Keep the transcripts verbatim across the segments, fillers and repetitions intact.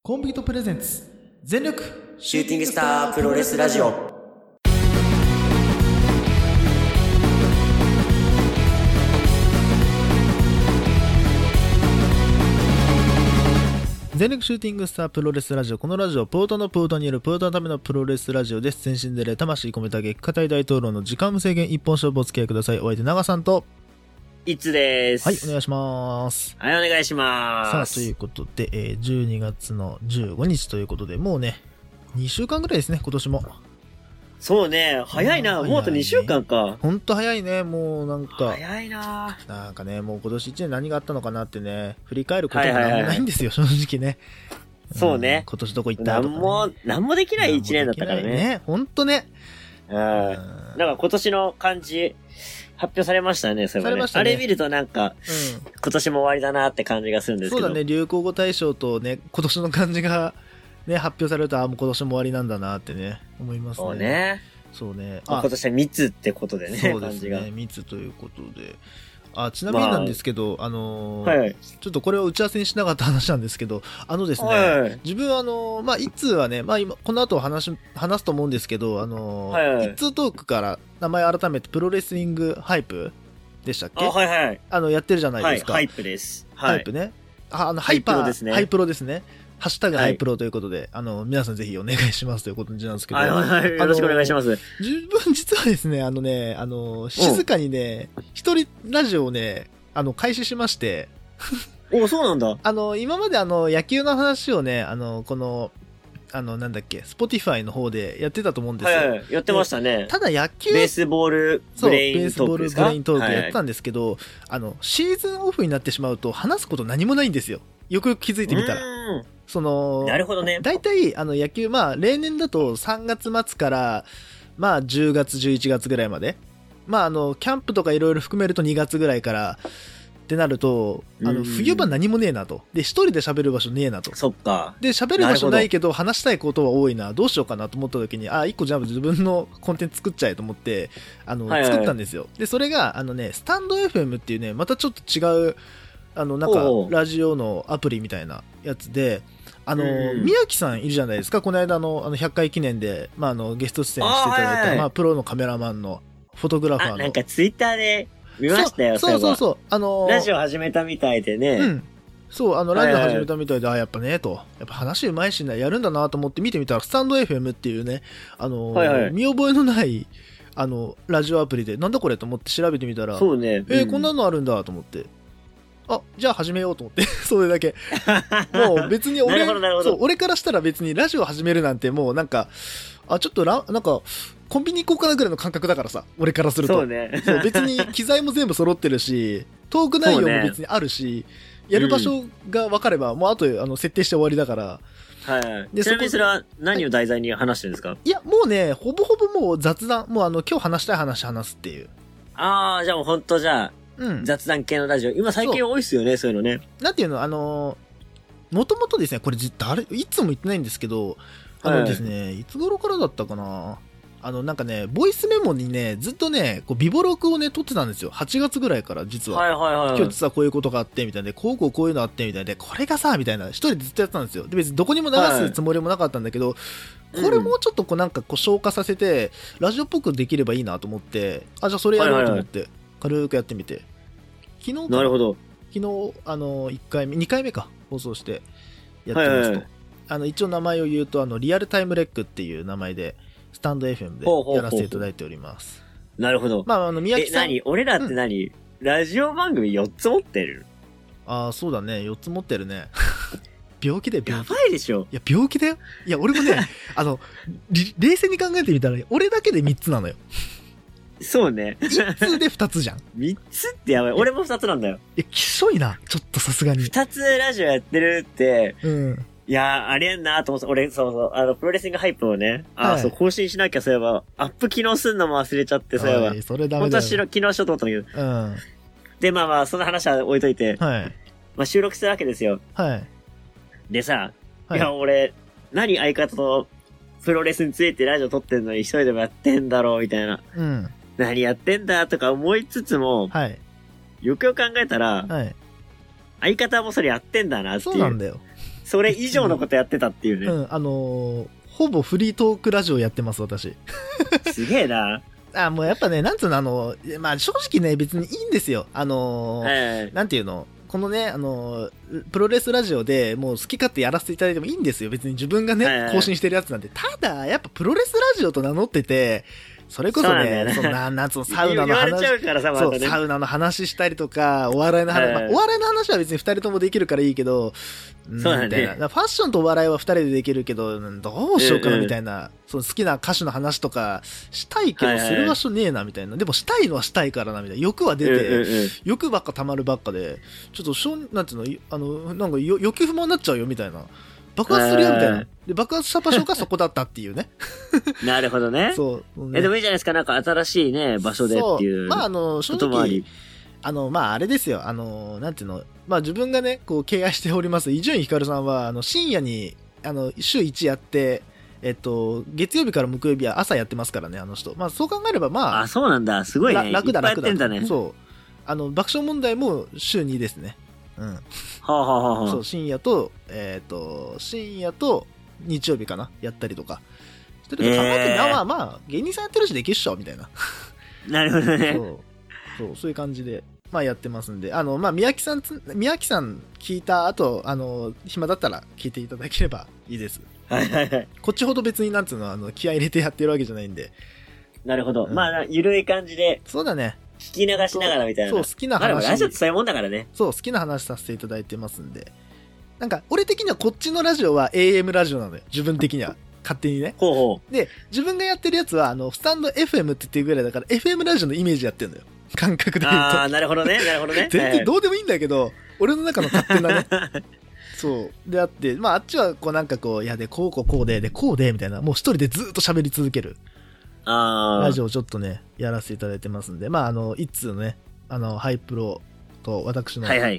コンビートプレゼンツ全力シューティングスタープロレスラジオ。 全力シューティングスタープロレスラジオ。このラジオポートのポートによるポートのためのプロレスラジオです。全身で霊魂込めた激化大大討論の時間無制限一本勝負お付き合いください。お相手長さんといつです。 はい、お願いします。 はい、お願いします。 さあ、ということで、えー、じゅうにがつのじゅうごにちということで、もうねにしゅうかんぐらいですね、今年も。 そうね、早いな、もうあとにしゅうかんか。 ほんと早いね、もうなんか。 早いな。 なんかね、もう今年いちねん何があったのかなってね、振り返ることが何もないんですよ、はいはいはい、正直ね。 そうね、 うん。今年どこ行ったとか、ね。 なんも、なんもできないいちねんだったからね。 ね、ほんとね。 うん。なんか今年の漢字、発表されましたね、それはね。ねあれ見るとなんか、うん、今年も終わりだなって感じがするんですけど。 そうだね、流行語大賞とね、今年の漢字が、ね、発表されると、あ、もう今年も終わりなんだなってね、思いますね。 そうね。 そうね。 あ、今年は密ってことでね、 そうですね、 漢字が。 密ということで。あ、ちなみになんですけど、まあ、あのーはいはい、 ちょっとこれを打ち合わせにしなかった話なんですけど、あのですね、 はいはい、 自分はあのー、まあ、一通はね、まあ今、この後話、話すと思うんですけど、あのー、はいはい、一通トークから名前改めてプロレスリングハイプでしたっけ？ あ、はいはい。 あの、やってるじゃないですか。 はい、ハイプです。 はい、ハイプね。あ、あの、ハイパー、ハイプロですね。ハイプロですね。ハッシュタグハイプロということで、はい、あの、皆さんぜひお願いしますということなんですけど。 はいはいはい。よろしくお願いします。 自分実はですね、あのね、あの、静かにね、一人ラジオをね、あの、開始しまして。 お、そうなんだ。 あの、今まであの、野球の話をね、あの、この、あの、なんだっけ、Spotify の方でやってたと思うんですよ。 はいはい、やってましたね。 ただ野球、 ベースボールブレイントークですか？ そう、ベースボールブレイントークやったんですけど、はいはい、あの、シーズンオフになってしまうと話すこと何もないんですよ。よくよく気づいてみたら。その、 なるほどね。 大体、あの、野球、まあ、例年だとさんがつ末から、まあ、じゅうがつ、じゅういちがつぐらいまで。まあ、あの、キャンプとかいろいろ含めるとにがつぐらいから、ってなると、あの、冬場何もねえなと。で、一人で喋る場所ねえなと。 そっか。 で、喋る場所ないけど、話したいことは多いな。どうしようかなと思った時に、あ、一個じゃあ自分のコンテンツ作っちゃえと思って、あの、はいはい、作ったんですよ。で、それが、あのね、スタンド エフエム っていうね、またちょっと違う、あの、なんか、ラジオのアプリみたいなやつで、あの、宮城さんいるじゃないですか。この間の、あの、ひゃっかい記念で、まあ、あの、ゲスト出演していただいた、はいはい、まあ、プロのカメラマンの、フォトグラファーの。 なんかツイッターで見ましたよ、 そうそうそう。あのー、 ラジオ始めたみたいでね。 うん。そう、あの、ラジオ始めたみたいで、はいはい、あ、やっぱね、と。やっぱ話うまいしね、やるんだなと思って見てみたら、スタンド エフエム っていうね、あのー、はいはい、見覚えのない、あの、ラジオアプリで、なんだこれと思って調べてみたら、 そうね。うん、 えー、こんなのあるんだと思って。あ、じゃあ始めようと思って。それだけ。もう別に俺、そう、俺からしたら別にラジオ始めるなんてもうなんか、あ、ちょっとラ、なんか、コンビニ行こうかなぐらいの感覚だからさ、俺からすると。 そうね。 そう、別に機材も全部揃ってるし、トーク内容も別にあるし、ね、やる場所が分かれば、うん、もうあと、あの、設定して終わりだから。 はい。で、ちなみにそれは何を題材に話してるんですか？ いや、もうね、ほぼほぼもう雑談、もうあの、今日話したい話話すっていう。 あー、じゃあもうほんとじゃあ、うん、雑談系のラジオ。今最近多いっすよね、そういうのね。 なんていうの、あのー、もともとですね、これ誰、いつも言ってないんですけど、あのですね、はい、いつ頃からだったかな。あの、なんかね、ボイスメモにね、ずっとね、こう、ビボ録をね、撮ってたんですよ。はちがつぐらいから、実は。 はいはいはい。 今日実はこういうことがあって、みたいなで、こうこうこういうのあって、みたいなで、これがさ、みたいな、一人でずっとやってたんですよ。で、別にどこにも流すつもりもなかったんだけど、はい、これもうちょっとこう、なんかこう、消化させて、ラジオっぽくできればいいなと思って、あ、じゃあそれやろうと思って、軽くやってみて。昨日なるほど。 昨日、あの、いっかいめ、にかいめか、放送してやってますと。はいはいはい、あの、一応名前を言うと、あの、リアルタイムレックっていう名前で、スタンド エフエム でやらせていただいております。 ほうほうほう。なるほど。 まあ、あの、宮城さん。 え、何俺らって何、うん、ラジオ番組よっつ持ってる？ ああ、そうだね。よっつ持ってるね。病気だよ、病気。 やばいでしょ。 いや、病気だよ。いや、俺もね、あの、冷静に考えてみたら、俺だけでみっつなのよ。 そうね。 いっつでふたつじゃん。 みっつってやばい。俺もふたつなんだよ。 いや、きしょいな。ちょっとさすがに。 ふたつラジオやってるって、 うん。 いやー、ありえんなーと思って、俺、そうそう、あの、プロレスリングハイプをね、あ、はい、そう、更新しなきゃ、そういえば、アップ機能すんのも忘れちゃって、そういえば。 はい、それダメだよ。 本当は機能しようと思ったんだけど。 うん。 で、まあまあ、その話は置いといて、 はい。 まあ、収録するわけですよ。 はい。 でさ、はい、いや、俺、何相方と、プロレスについてラジオ撮ってんのに一人でもやってんだろう、みたいな。 うん。 何やってんだとか思いつつも、 はい。 よくよく考えたら、 はい。 相方もそれやってんだなっていう。 そうなんだよ。 それ以上のことやってたっていうね。 うん、あのー、ほぼフリートークラジオやってます、私。 すげえな。 あ、もうやっぱね、なんつうの、あの、まあ正直ね、別にいいんですよ。あのー、はい、なんていうの、このね、あの、プロレスラジオでもう好き勝手やらせていただいてもいいんですよ。別に自分がね、はい、更新してるやつなんで。ただ、やっぱプロレスラジオと名乗ってて、それこそね、そ, そのな、なんつうの、サウナの話、そう、サウナの話したりとか、お笑いの話、はいまあ、お笑いの話は別に二人ともできるからいいけど、 そうだね。 ファッションとお笑いは二人でできるけど、どうしようかなみたいな、うんうん、その好きな歌手の話とかしたいけど、する場所ねえなみたいな。でもしたいのはしたいからなみたいな。欲は出て、うんうんうん、欲ばっか溜まるばっかで、ちょっとしょう、なんていうの、あの、なんか欲不満になっちゃうよみたいな。爆発するよみたいな。で、爆発した場所がそこだったっていうね。 なるほどね。 そう、 ね。え、でもいいじゃないですか。なんか新しいね、場所でっていう。 まあ、あの、正直、あの、まあ、あれですよ。あの、なんていうの。まあ、自分がね、こう、敬愛しております、伊集院光さんは、あの、深夜に、あの、週いちやって、えっと、月曜日から木曜日は朝やってますからね、あの人。まあ、そう考えれば、まあ。 あ、そうなんだ。すごいね。 楽だ、楽だ。 いっぱいやってんだね。 そう。あの、爆笑問題も週にですね。うん。はあ、はあはあ、 そう、深夜と、えっ、ー、と、深夜と日曜日かな、やったりとか。してると考えて、えー、まあまあ、芸人さんやってるしできっしょ、みたいな。 なるほどね。 そう、そう、そういう感じで、まあやってますんで、あの、まあ、宮城さん、宮城さん聞いた後、あの、暇だったら聞いていただければいいです。 はいはいはい。 こっちほど別になんつうの、あの、気合入れてやってるわけじゃないんで。 なるほど。うん、まあ、ゆるい感じで。 そうだね。 聞き流しながらみたいな。 そう、好きな話。 まあ、ラジオってそういうもんだからね。 そう、好きな話させていただいてますんで。なんか、俺的にはこっちのラジオは エーエム ラジオなのよ。自分的には。勝手にね。 ほうほう。で、自分がやってるやつは、あの、スタンド エフエム って言ってるぐらいだから、エフエム ラジオのイメージやってんのよ。感覚で言うと。 ああ、なるほどね、なるほどね。 全然どうでもいいんだけど、俺の中の勝手なね。そう。であって、まあ、あっちは、こうなんかこう、いやで、こうこうこうで、で、こうで、みたいな、もう一人でずっと喋り続ける。 ああ。 ラジオをちょっとね、やらせていただいてますんで、まあ、あの、一通のね、あの、ハイプロと私のラジオ、はいはい、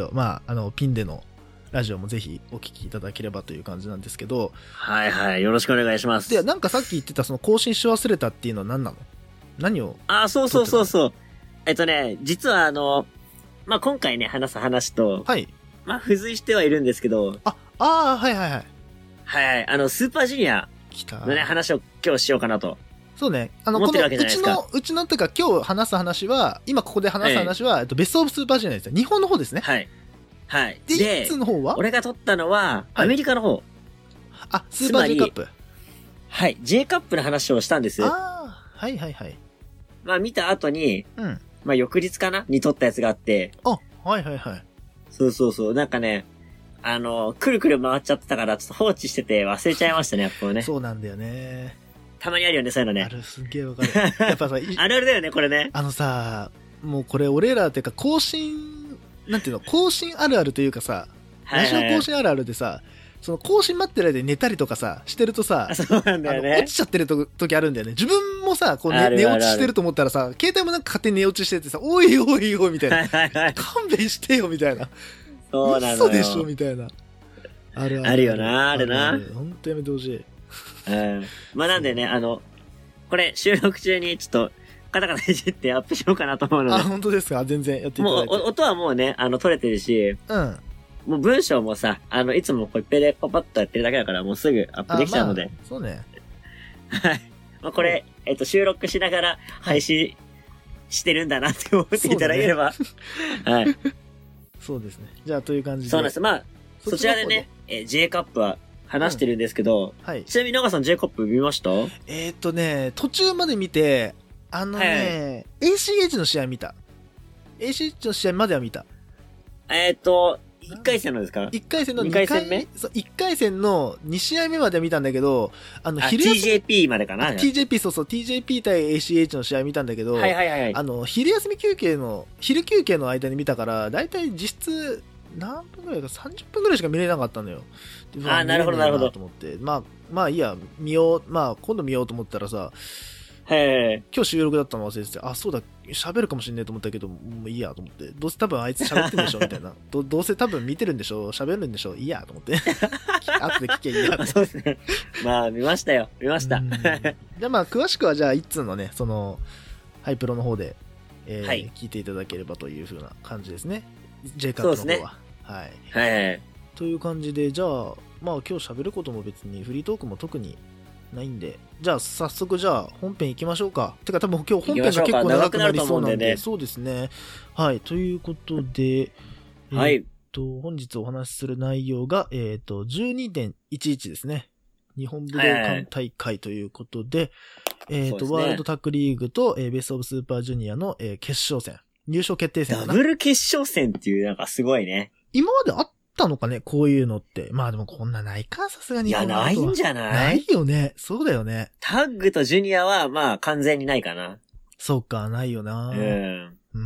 まあ、あの、ピンでのラジオもぜひお聞きいただければという感じなんですけど。 はいはい。よろしくお願いします。 で、なんかさっき言ってたその更新し忘れたっていうのは何なの？何を？ ああ、そうそうそうそう。えっとね、実はあの、まあ、今回ね、話す話と、 はい。 まあ、付随してはいるんですけど。 あ、ああ、はいはいはい。 はいはい。あの、スーパージュニアのね、話を今日しようかなと。 そうね。あの、この、うちの、うちの、というか今日話す話は、今ここで話す話は、はい、えっと、ベストオブスーパージュニアですよ。日本の方ですね。 はい。はい。 で、でいつの方は俺が撮ったのは、アメリカの方。はい、 あ、スーパー J カップ。 はい。J カップの話をしたんです。 ああ、はいはいはい。 まあ見た後に、 うん。 まあ翌日かなに撮ったやつがあって。 あ、はいはいはい。 そうそうそう。なんかね、あの、くるくる回っちゃってたから、ちょっと放置してて忘れちゃいましたね、やっぱね。 そうなんだよね。 たまにあるよね、そういうのね。 ある、すげえわかる。やっぱさ、 あるあるだよね、これね。 あのさ、もうこれ俺らっていうか、更新、なんていうの、更新あるあるというかさ、ラジオ更新あるあるでさ、その更新待ってる間に寝たりとかさ、してるとさ、 そうなんだよね。 落ちちゃってると時あるんだよね。自分もさ、こう、ね、寝落ちしてると思ったらさ、携帯もなんか勝手に寝落ちしててさ、おいおいおいみたいな。はいはいはい、勘弁してよみたいな。 そうなのよ。 嘘でしょみたいな。あるある。 あるよな、あるな。 ほんとやめてほしい。 うん。まあなんでね、あの、これ収録中にちょっと、カタカタいじってアップしようかなと思うので。 あ、本当ですか？全然やっていただいて。 もう、音はもうね、あの、撮れてるし、 うん。 もう文章もさ、あの、いつもこう、ペでパパッとやってるだけだから、もうすぐアップできちゃうので。 まあ、そうね。 はい。まあ、これ、えっと、収録しながら配信してるんだなって思っていただければ。ね、はい。 そうですね。じゃあ、という感じで。 そうなんです。まあ、そちらでね、えー、J カップは話してるんですけど、 うん、はい。 ちなみに長さん J カップ見ました？ えー、っとね、途中まで見て、あのね、はいはい、エーシーエイチ の試合見た。エーシーエイチ の試合までは見た。 えー、っと、いっかい戦のですか？ いっ 回戦のにかい戦目？ そう、いっかい戦のに試合目まで見たんだけど、あの、 昼休み。ティージェーピー までかな？ ティージェーピー、そうそう、ティージェーピー 対 エーシーエイチ の試合見たんだけど、 はいはいはい。 あの、昼休み休憩の、昼休憩の間に見たから、だいたい実質、何分ぐらいか、さんじゅっぷんぐらいしか見れなかったのよ。 ああ、なるほどなるほど。 と思って。まあ、まあいいや、見よう、まあ今度見ようと思ったらさ、 へ今日収録だったの忘れてて、あ、そうだ、喋るかもしんねえと思ったけど、もういいやと思って。どうせ多分あいつ喋ってんでしょみたいな。ど, どうせ多分見てるんでしょ喋るんでしょいいやと思って。後で聞けいいや。 そうですね。まあ見ましたよ。見ました。じゃあまあ詳しくはじゃあ一通のね、その、ハイプロの方で、えーはい、聞いていただければという風な感じですね。J カップの方は。 そうですね。 はい。 はいはい。 という感じで、じゃあ、まあ今日喋ることも別にフリートークも特にないんで、じゃあ早速じゃあ本編行きましょうか。てか多分今日本編が結構長くなりそうなんで、でね、そうですね。はい、ということで、 はい。 えー、っと、本日お話しする内容が、えー、っと、じゅうにてんいちいち ですね。日本武道館大会ということで、はいはい、えー、っと、ね、ワールドタッグリーグと、えー、ベストオブスーパージュニアの、えー、決勝戦。入賞決定戦かな。 ダブル決勝戦っていう、なんかすごいね。 今まであったのかね、こういうのって。まあでもこんなないか、さすがに。 いや、ないんじゃない？ ないよね。そうだよね。 タッグとジュニアは、まあ完全にないかな。 そうか、ないよな。 うん。 うん。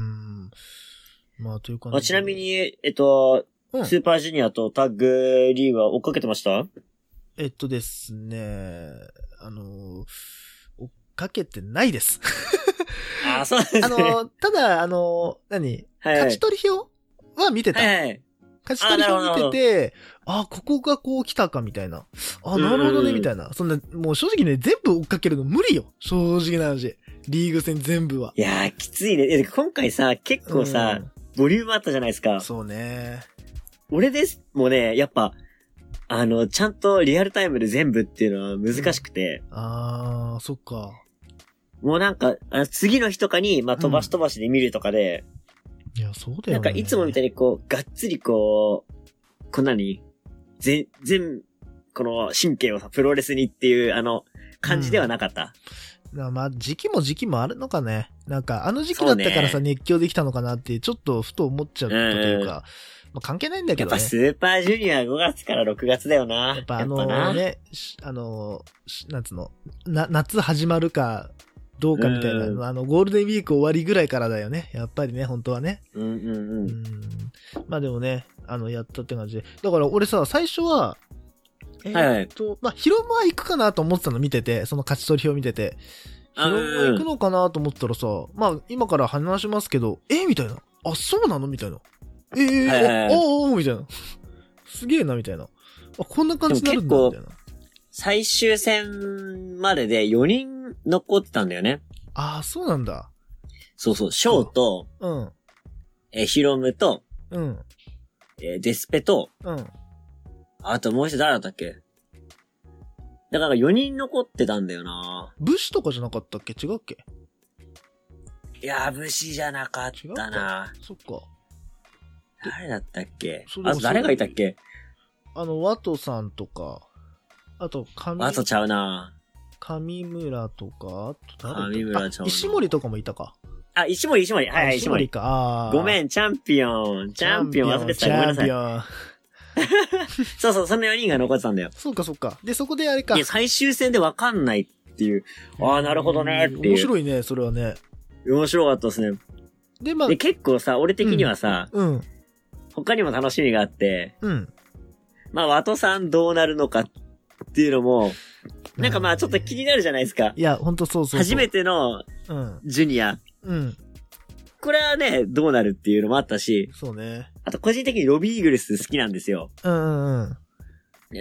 まあという感じで。ちなみに、えっと、うん、スーパージュニアとタッグリーグは追っかけてました？ えっとですね、あの、追っかけてないです。 ああ、そうですね。 あの、ただ、あの、何、はいはい、勝ち取り表は見てた。 はいはい、 勝ち取り表見てて、あ、ここがこう来たかみたいな。あ、なるほどね、みたいな。そんな、もう正直ね、全部追っかけるの無理よ。正直な話。リーグ戦全部は。 いやー、きついね。今回さ、結構さ、うん、ボリュームあったじゃないですか。 そうね。 俺ですもうね、やっぱ、あの、ちゃんとリアルタイムで全部っていうのは難しくて。 うん、あー、そっか。 もうなんか、あ次の日とかに、まあ、飛ばし飛ばしで見るとかで、 うん、いや、そうだよね。 なんかいつもみたいにこう、がっつりこう、こんなに、全、全、この神経をさ、プロレスにっていう、あの、感じではなかった。 うん、まあ、時期も時期もあるのかね。なんか、あの時期だったからさ、ね、熱狂できたのかなって、ちょっとふと思っちゃったというか、まあ、関係ないんだけどね。 やっぱスーパージュニアごがつからろくがつだよな。 やっぱあのね、あの、なんつうの、な、夏始まるか、どうかみたいな、うん、あの、ゴールデンウィーク終わりぐらいからだよね。やっぱりね、本当はね。 うんうんうん。うん、 まあでもね、あの、やったって感じで。だから俺さ、最初は、えー、っと、はいはい、まあ、ヒロムは行くかなと思ってたの見てて、その勝ち取り表見てて。ヒロムは行くのかなと思ったらさ、まあ、今から話しますけど、えー、みたいな。あ、そうなのみたいな。えー、はいはいはい、おおおみたいな。すげえな、みたいな。あ、こんな感じになるんだ、みたいな。 最終戦まででよにん残ってたんだよね。 ああ、そうなんだ。 そうそう、ショーと、 うん。 え、ヒロムと、 うん。 え、デスペと、 うん。 あともう一人誰だったっけ？だからよにん残ってたんだよな。 武士とかじゃなかったっけ？違うっけ？ いや、武士じゃなかったな。 そっか。 誰だったっけ？あと誰がいたっけ？ あの、ワトさんとか、あと、上、 ワトちゃうな。 上村とか、あと誰上村ちゃうな。 石森とかもいたか。 あ、石森、石森。はいはい、石森。 石森か。 ごめん、チャンピオン。チャンピオン忘れてた。ごめんなさい。チャンピオン。そうそう、そのよにんが残ってたんだよ。 そうかそうか。で、そこであれか。 いや、最終戦でわかんないっていう。ああ、なるほどねっていう。 面白いね、それはね。 面白かったですね。 で、まあ。 で、結構さ、俺的にはさ、 うん。うん、 他にも楽しみがあって、 うん。 まあ、ワトさんどうなるのかっていうのも、なんかまあ、ちょっと気になるじゃないですか。 いや、ほんとそうそうそう。 初めての、ジュニア。 うん。うん。 これはね、どうなるっていうのもあったし。 そうね。 あと、個人的にロビーイーグルス好きなんですよ。 うんうんうん。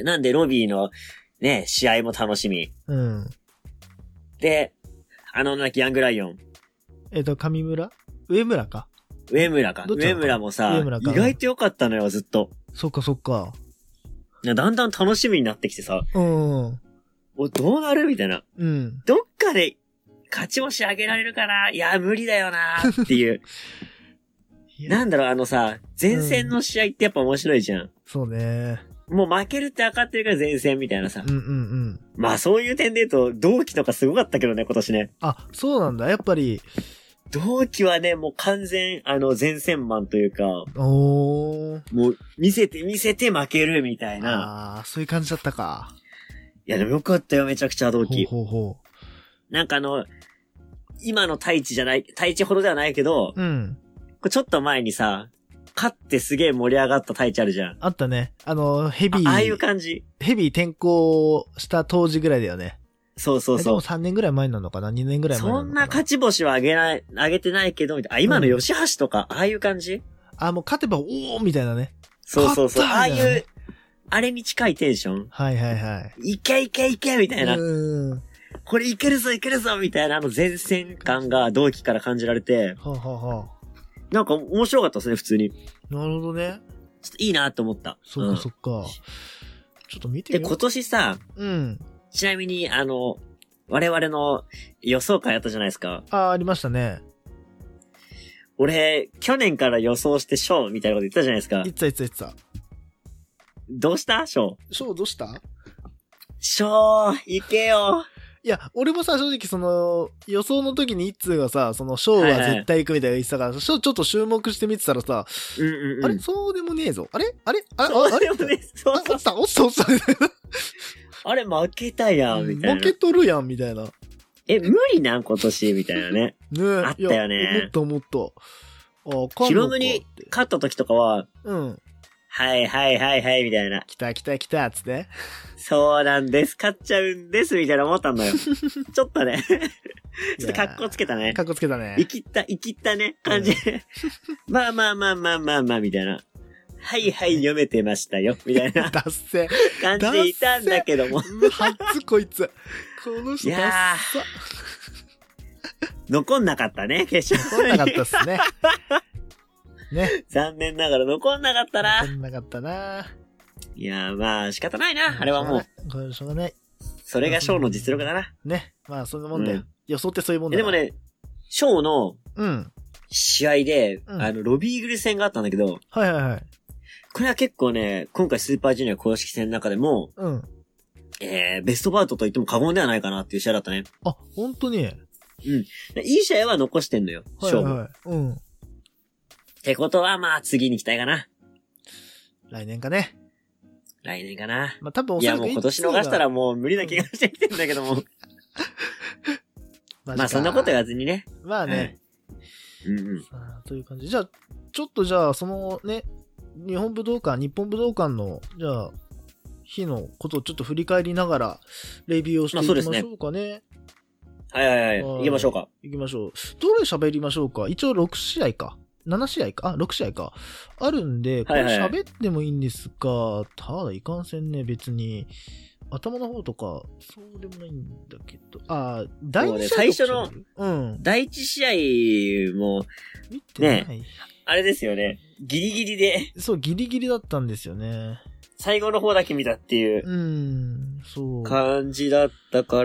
なんで、ロビーの、ね、試合も楽しみ。 うん。 で、あの、なんかヤングライオン。 えっと、上村？上村か。 上村か。上村もさ、意外と良かったのよ、ずっと。 そっかそっか。 だんだん楽しみになってきてさ。 うん。 お、どうなるみたいな。 うん。 どっかで、勝ち星上げられるかないや、無理だよなっていう。なんだろう、あのさ、前線の試合ってやっぱ面白いじゃん。うん、 そうね。 もう負けるって分かってるから前線みたいなさ。 うんうんうん。 まあそういう点で言うと、同期とかすごかったけどね、今年ね。 あ、そうなんだ。やっぱり。 同期はね、もう完全、あの、前線マンというか。 おー。 もう、見せて見せて負けるみたいな。 ああ、そういう感じだったか。 いや、でもよかったよ、めちゃくちゃ同期。 ほうほうほう。なんかあの、今の太一じゃない、太一ほどではないけど、 うん。 ちょっと前にさ、勝ってすげえ盛り上がった太一あるじゃん。 あったね。あの、ヘビー。 ああいう感じ。 ヘビー転校した当時ぐらいだよね。 そうそうそう。でもさんねんぐらい前なのかな ?に 年ぐらい前なのかな。 そんな勝ち星は上げない、上げてないけど、みたいな。あ、今の吉橋とか、うん、ああいう感じあ、もう勝てば、おーみたいなね。 そうそうそう。ああいう、あれに近いテンション。 はいはいはい。 いけいけいけみたいな。 うん。 これいけるぞいけるぞみたいなあの前線感が同期から感じられて。 はあ、はあはあ、 なんか面白かったですね、普通に。 なるほどね。 ちょっといいなと思った。 そっかそっか。うん、ちょっと見てみよう。 で、今年さ、 うん。 ちなみに、あの、我々の予想会あったじゃないですか。 ああ、ありましたね。 俺、去年から予想してショーみたいなこと言ったじゃないですか。 言ってた言ってた言ってた。 どうしたショー。 ショーどうした？ ショー、行けよ。 いや、俺もさ、正直その、予想の時に一通がさ、その、ショーは絶対行くみたいな言ってたから、はいはい、ショーちょっと注目して見てたらさ、 うんうんうん、 あれそうでもねえぞ。あれあれあれそうでもねえ。そうそう。 落ちた落ちた落ちたみたいな。 あれ負けたやん、みたいな。 負けとるやん、みたいな。 え、無理なん今年みたいなね。 ねえ。 あったよね。 思った思った。あ、 ヒロムに勝った時とかは、 うん。 はいはいはいはい、みたいな。 来た来た来た、つって。 そうなんです。勝っちゃうんです、みたいな思ったんだよ。ちょっとね。ちょっと格好つけたね。 格好つけたね。 生きった、生きったね、感じ。うん、まあまあまあまあまあまあ、みたいな。はいはい、読めてましたよ、みたいな。 達成。 感じでいたんだけども。 初こいつ。この人達成。 残んなかったね、決勝。 残んなかったっすね。ね。 残念ながら残んなかったな。 残んなかったな。 いやーまあ仕方ないな、あれはもう。 これしょうがない。 それがショーの実力だな。 ね。まあそんなもんだよ。うん、予想ってそういうもんだよ。でもね、ショーの、 うん。 試合で、うん、あの、ロビーグル戦があったんだけど、 はいはいはい。 これは結構ね、今回スーパージュニア公式戦の中でも、 うん。 えー、ベストバウトと言っても過言ではないかなっていう試合だったね。 あ、本当に？ うん。いい試合は残してんのよ、勝負。 はいはい。うん。 ってことは、まあ、次に期待かな。 来年かね。 来年かな。 まあ、多分おそらくいや、もう今年逃したらもう無理な気がしてきてんだけども。まあ、そんなこと言わずにね。 まあね。 うん、うんうん。 さあ、という感じ。じゃあ、ちょっとじゃあ、そのね、日本武道館、日本武道館の、じゃあ、日のことをちょっと振り返りながら、レビューをしていきましょうかね。 まあ、はいはいはい。行きましょうか。 行きましょう。どれ喋りましょうか。一応ろく試合か。なな試合か。あ、ろく試合か。あるんで、これ喋ってもいいんですが、はいはい、ただいかんせんね、別に。頭の方とか、そうでもないんだけど。あ、第一試合、 ね、最初の、 うん。 第一試合も、 見てない。 ね、あれですよね。ギリギリで。 そう、ギリギリだったんですよね。 最後の方だけ見たっていう。 うん、そう。 感じだったから。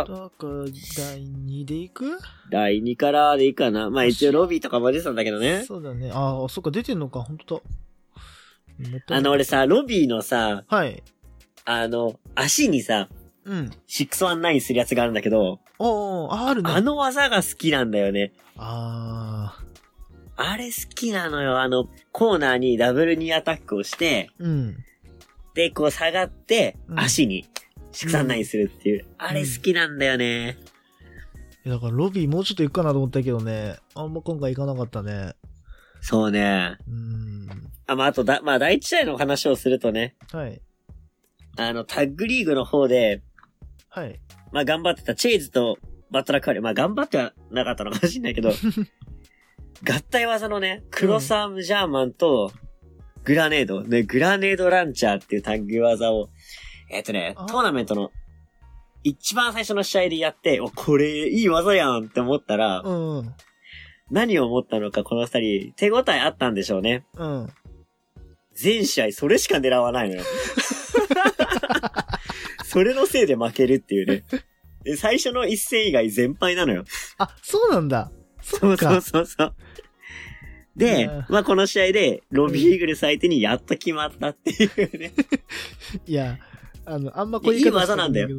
だから、だいにで行く？ だいにからでいいかな。まあ一応ロビーとかも出てたんだけどね。 そうだね。ああ、そっか、出てんのか、ほんとだ。あの、俺さ、ロビーのさ、 はい。 あの、足にさ、 うん。ろくじゅうきゅうするやつがあるんだけど、 おー、あ、あるね。 あの技が好きなんだよね。 ああ。あれ好きなのよ。あの、コーナーにダブルにアタックをして、 うん。 で、こう下がって、足にろくじゅうきゅうするっていう、うん。あれ好きなんだよね。 いや、だからロビーもうちょっと行くかなと思ったけどね。あんま今回行かなかったね。 そうね。 うん。 あ、まあ、あとだ、まあ、第一試合の話をするとね。 はい。 あの、タッグリーグの方で、 はい。 まあ、頑張ってたチェイズとバトラーカーリー。まあ、頑張ってはなかったのかもしれないけど、合体技のね、クロスアームジャーマンと、グラネード、ね、グラネードランチャーっていうタッグ技を、えっとね、トーナメントの、一番最初の試合でやって、お、これ、いい技やんって思ったら、 うん。 何を思ったのか、この二人、手応えあったんでしょうね。 うん。 全試合、それしか狙わないのよ。それのせいで負けるっていうね。最初の一戦以外全敗なのよ。 あ、そうなんだ。 そうそうそうそう。で、まあこの試合で、ロビーイーグルス相手にやっと決まったっていうね。 いや、あの、あんまこういう言い方技なんだよ。 うん、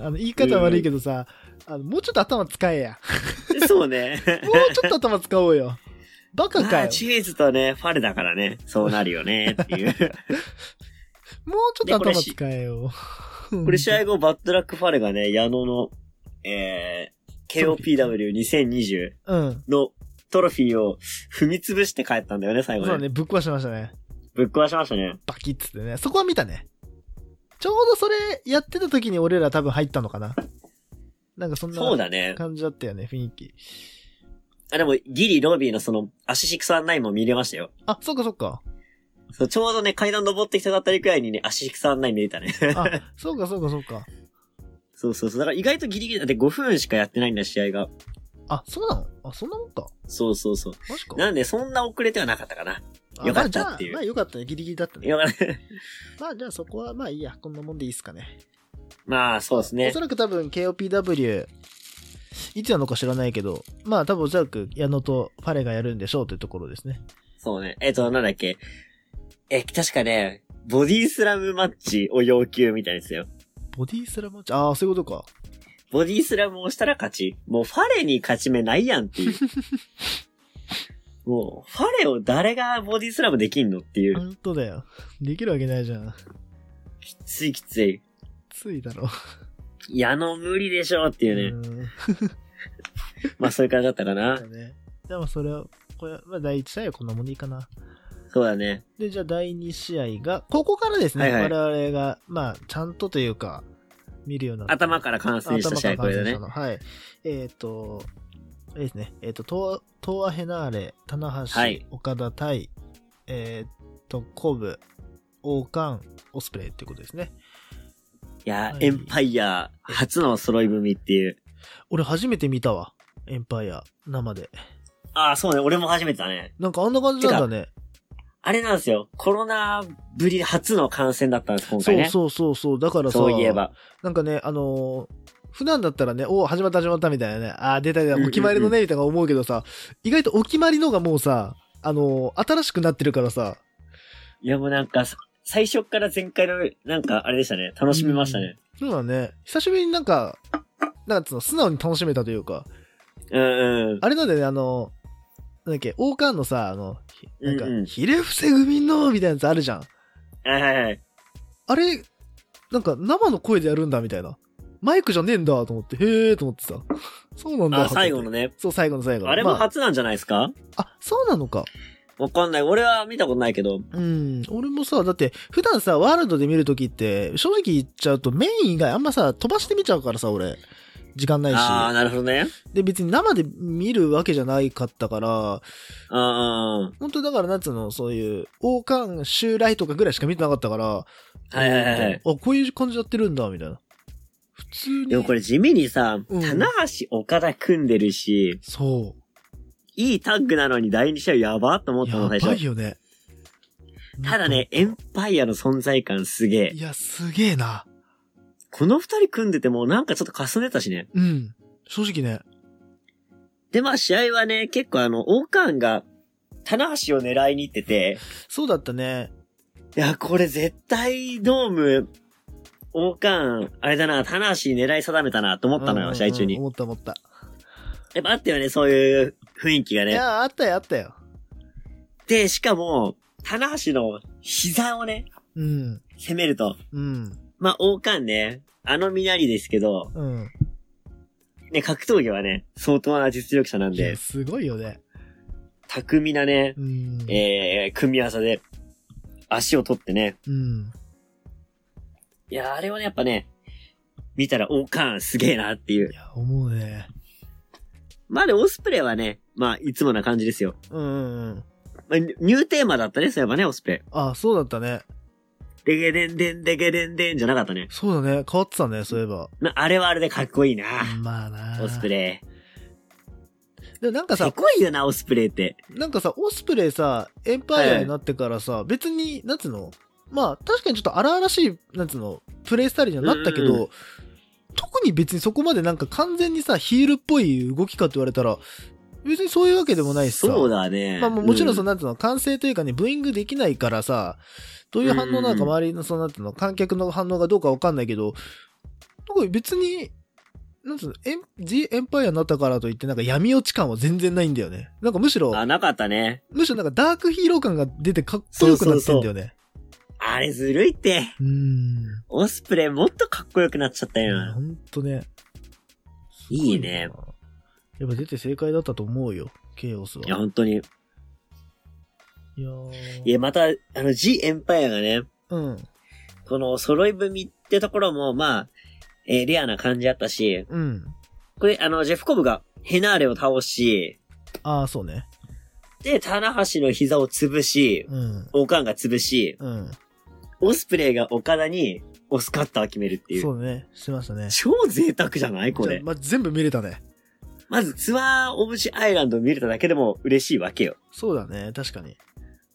あの、言い方悪いけどさ、うん、あの、もうちょっと頭使えや。 そうね。 もうちょっと頭使おうよ。バカかよ。 チーズとね、ファルだからね、そうなるよね、っていう。 もうちょっと頭使えよ。 これ試合後、バッドラックファルがね、矢野の、えー、ケーオーピーダブリューにせんにじゅう のトロフィーを踏み潰して帰ったんだよね、最後ね。 そうね、ぶっ壊しましたね。 ぶっ壊しましたね。 バキッつってね。そこは見たね。ちょうどそれやってた時に俺ら多分入ったのかな。なんかそんな感じだったよね、雰囲気。 あ、でも、ギリロビーのその、足ろくじゅうきゅうも見れましたよ。 あ、そっかそっか。 そう、ちょうどね、階段登ってきたあたりくらいにね、足ろくじゅうきゅう見れたね。 あ、そうかそうかそうか。 そうそうそう。だから意外とギリギリだってごふんしかやってないんだ、試合が。 あ、そうなの？あ、そんなもんか。 そうそうそう。 マジか。 なんで、そんな遅れてはなかったかな。 よかったっていう。 まあ、まあ、よかったね。ギリギリだったね。 よかった。 まあ、じゃあそこはまあいいや。こんなもんでいいっすかね。 まあ、そうですね。 おそらく多分 ケーオーピーダブリュー、いつなのか知らないけど、まあ多分おそらく矢野とファレがやるんでしょうというところですね。 そうね。えっと、なんだっけ。え、確かね、ボディスラムマッチを要求みたいですよ。 ボディスラムマッチ、ああ、そういうことか。 ボディスラムをしたら勝ち。もうファレに勝ち目ないやんっていう。もう、ファレを誰がボディスラムできんのっていう。 本当だよ。できるわけないじゃん。 きついきつい。 きついだろ。 矢野無理でしょっていうね。うまあそういう感じだったかな。 そうだね。でもそれは、これ、まあだいいち試合はこんなもんでいいかな。 そうだね。 で、じゃあだいに試合が、ここからですね、はいはい、我々が、まあ、ちゃんとというか、見るような。 頭から観戦した試合、これだね。 はい。えっ、ー、と、あれですね、えっ、ー、と、トー、トーアヘナーレ、棚橋、はい、岡田対、えっ、ー、と、コブ、王冠、オスプレイっていうことですね。 いやー、はい、エンパイア初の揃い踏みっていう。 俺初めて見たわ。エンパイア、生で。 ああ、そうね。俺も初めてだね。 なんかあんな感じなんだね。 あれなんですよ。コロナぶり初の感染だったんです、今回ね。 そうそうそうそう。だからさ、 そういえば。 なんかね、あのー、普段だったらね、お始まった始まったみたいなね、あー出た出た、お決まりのね、みたいな思うけどさ、意外とお決まりのがもうさ、あのー、新しくなってるからさ。 いやもうなんか、最初から前回の、なんかあれでしたね。楽しみましたね。 うん、そうだね。久しぶりになんか、なんかその素直に楽しめたというか。 うんうん。 あれなんだよね、あの、なんだっけ、王冠のさ、あの、なんか、うんうん、ひれ伏せ組の、みたいなやつあるじゃん。 はいはいはい。 あれ、なんか生の声でやるんだ、みたいな。マイクじゃねえんだ、と思って、へーと思ってさ。そうなんだ。 あ、最後のね。 そう、最後の最後の。 あれも初なんじゃないですか、まあ、あ、そうなのか。 わかんない。俺は見たことないけど。 うん。俺もさ、だって、普段さ、ワールドで見るときって、正直言っちゃうと、メイン以外あんまさ、飛ばして見ちゃうからさ、俺。時間ないし。 ああ、なるほどね。 で、別に生で見るわけじゃないかったから、ああ。 本当だから、なんつうの、そういう、王冠襲来とかぐらいしか見てなかったから、 はいはいはい。あ、 こういう感じやってるんだ、みたいな。普通に。 でもこれ地味にさ、うん、棚橋岡田組んでるし、 そう。 いいタッグなのにだいに試合やばーと思ったの最初。 やばいよね。 ただね、エンパイアの存在感すげえ。 いや、すげえな。 この二人組んでてもなんかちょっとかすんでたしね。 うん。正直ね。 で、まあ試合はね、結構あの、王冠が、棚橋を狙いに行ってて。 そうだったね。 いや、これ絶対ドーム、王冠、あれだな、棚橋狙い定めたなと思ったのよ、試合中に。 思った思った。 やっぱあったよね、そういう雰囲気がね。 いや、あったよ、あったよ。 で、しかも、棚橋の膝をね、 うん。 攻めると。 うん。 まあ、王冠ね、あの身なりですけど、 うん。 ね、格闘技はね、相当な実力者なんで。 いや、すごいよね。 巧みなね、 うん、 えー、組み合わせで、足を取ってね。 うん。 いや、あれはね、やっぱね、見たら王冠すげえなっていう。 いや、思うね。 まあで、オスプレイはね、まあ、いつもな感じですよ。 うんうんうん。 まあ、ニューテーマだったね、そういえばね、オスプレイ。 ああ、そうだったね。 デゲデンデンデゲデンデンじゃなかったね。 そうだね。変わってたね、そういえば。 まあ、あれはあれでかっこいいな。 まあな。 オスプレイ。 でもなんかさ、 かっこいいよな、オスプレイって。 なんかさ、オスプレイさ、エンパイアになってからさ、はい、別に、なんつうの、まあ、確かにちょっと荒々しい、なんつうの、プレイスタイルにはなったけど、うんうん、特に別にそこまでなんか完全にさ、ヒールっぽい動きかって言われたら、別にそういうわけでもないしさ。 そうだね。 まあもちろんその、なんつうの、完成というかね、ブーイングできないからさ、どういう反応なのか周りのその、なんつうの、観客の反応がどうかわかんないけど、なんか別に、なんつうの、エン、G エンパイアになったからといってなんか闇落ち感は全然ないんだよね。なんかむしろ、 あ、なかったね。 むしろなんかダークヒーロー感が出てかっこよくなってんだよね。そうそうそう、 あれずるいって。 うーん。 オスプレイもっとかっこよくなっちゃったよ。 ほんとね。 いいね。 やっぱ出て正解だったと思うよ、ケイオスは。 いや、ほんとに。 いやー。 いや、また、あの、G エンパイアがね、 うん。 この揃い踏みってところも、まあ、えー、レアな感じあったし、 うん。 これ、あの、ジェフコブがヘナーレを倒し、 ああ、そうね。 で、棚橋の膝を潰し、 うん。 王冠が潰し、 うん。 オスプレイが岡田にオスカッターを決めるっていう。 そうね。してましたね。 超贅沢じゃないこれ。 まあ、全部見れたね。 まず、ツアーオブジアイランドを見れただけでも嬉しいわけよ。 そうだね。確かに。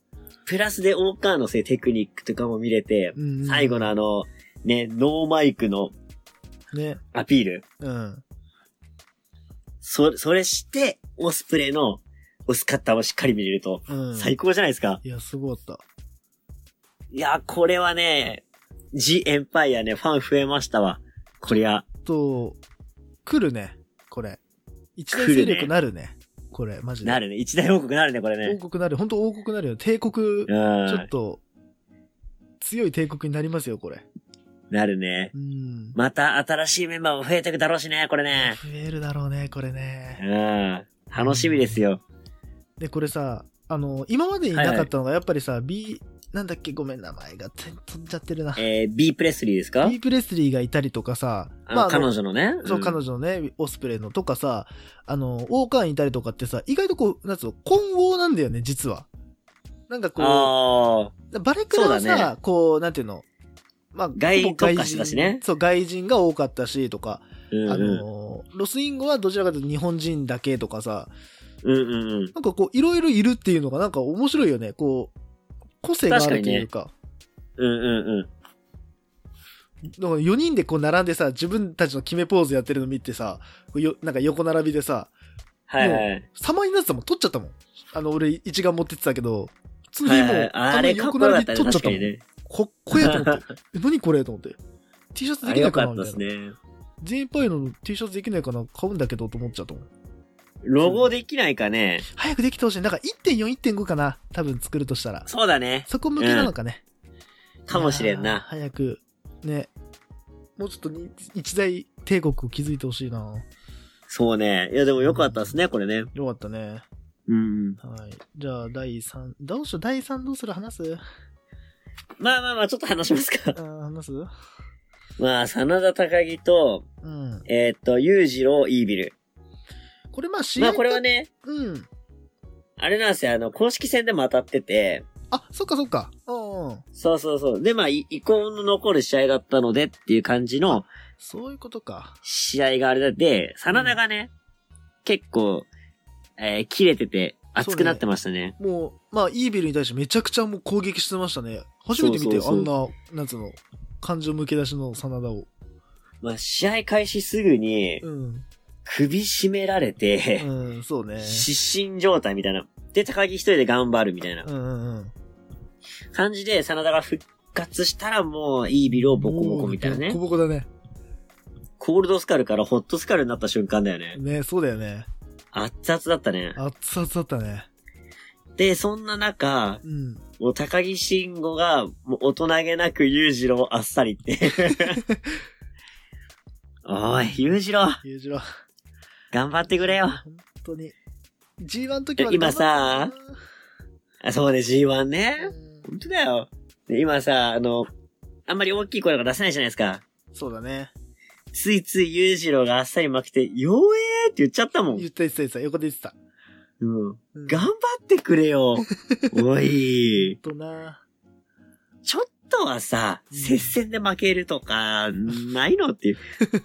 プラスで大川のせいテクニックとかも見れて、 うんうん、 最後のあの、ね、ノーマイクの、 ね。 アピール。 うん。 そ、それして、オスプレイのオスカッターをしっかり見れると、うん、最高じゃないですか。 いや、すごかった。 いや、これはね、ジ・エンパイアね、ファン増えましたわ。こりゃ。 と、来るね、これ。一大勢力なるね。これ、マジで。 なるね。一大王国なるね、これね。 王国なる。ほんと王国なるよ。帝国、ちょっと、強い帝国になりますよ、これ。 なるね。うん。また新しいメンバーも増えていくだろうしね、これね。 増えるだろうね、これね。 うん。楽しみですよ。 で、これさ、あの、今までになかったのが、やっぱりさ、はいはい、B、なんだっけ、ごめん、名前が飛んじゃってるな。 えー、B プレスリーですか？ B プレスリーがいたりとかさ、 あ、まあ、彼女のね。 そう、うん、彼女のね、オスプレイのとかさ、あの、オーカーンいたりとかってさ、意外とこう、なんつうの、混合なんだよね、実は。なんかこう、バレクラはさ、ね、こう、なんていうの、まあ、 外人特化してたしね。 そう、外人が多かったし、とか、うんうん、あの、ロスインゴはどちらかというと日本人だけとかさ、 うんうんうん。 なんかこう、いろいろいるっていうのがなんか面白いよね。こう、個性があるというか。 かうんうんうん。 だからよにんでこう並んでさ、自分たちの決めポーズやってるの見てさ、よなんか横並びでさ、 はいはい。 様になってたもん、撮っちゃったもん。あの、俺一眼持ってってたけど、普通にもう、はいはい、 あれ横並び撮っちゃったもん。ね、かっこいいと思って。え、何これと思って。T シャツできないかなみたいな。よかったですね。全員パイの T シャツできないかな買うんだけどと思っちゃったもん。 ロゴできないかね。 早くできてほしい。なんか いってんよん、いってんご かな多分作るとしたら。 そうだね。 そこ向けなのかね。 うん、かもしれんな。 早く、ね。もうちょっと一大帝国を築いてほしいな。 そうね。いやでもよかったですね、これね。 よかったね。 うん。 はい。じゃあ、だいさん、どうしよう、だいさんどうする話すまあまあまあ、ちょっと話しますか。 あ話すまあ、真田高木と、うん、えー、っと、裕次郎イービル。 これまあ試合まあこれはね、 うん。 あれなんですよ、あの、公式戦でも当たってて。 あ、そっかそっか。うんうん。 そうそうそう。で、まあ、遺恨の残る試合だったのでっていう感じの。 そういうことか。 試合があれだって、真田がね、うん、結構、えー、切れてて、熱くなってましたね。 ねもう、まあ、イービルに対してめちゃくちゃもう攻撃してましたね。初めて見て、そうそうそうあんな、なんつうの、感情むけ出しの真田を。 まあ、試合開始すぐに、うん。首絞められて、 うん、そうね。 失神状態みたいな。で、高木一人で頑張るみたいな。 うんうんうん。 感じで、真田が復活したらもう、イービルをボコボコみたいなね。 ボコボコだね。 コールドスカルからホットスカルになった瞬間だよね。 ね、そうだよね。 熱々だったね。 熱々だったね。 で、そんな中、うん、もう高木慎吾が、もう大人げなく裕次郎あっさりって。おい、裕次郎。 裕次郎。 頑張ってくれよ。 本当に。ジーワン の時は今さ、あ、そうね、ジーワン ね。本当だよ。今さ、あの、あんまり大きい声が出せないじゃないですか。 そうだね。 ついつい裕次郎があっさり負けて、よえーって言っちゃったもん。 言った言った言った、横で言ってた。 うん。うん、頑張ってくれよ。おい。 ほんとな。 ちょっとはさ、うん、接戦で負けるとか、ないのっていう。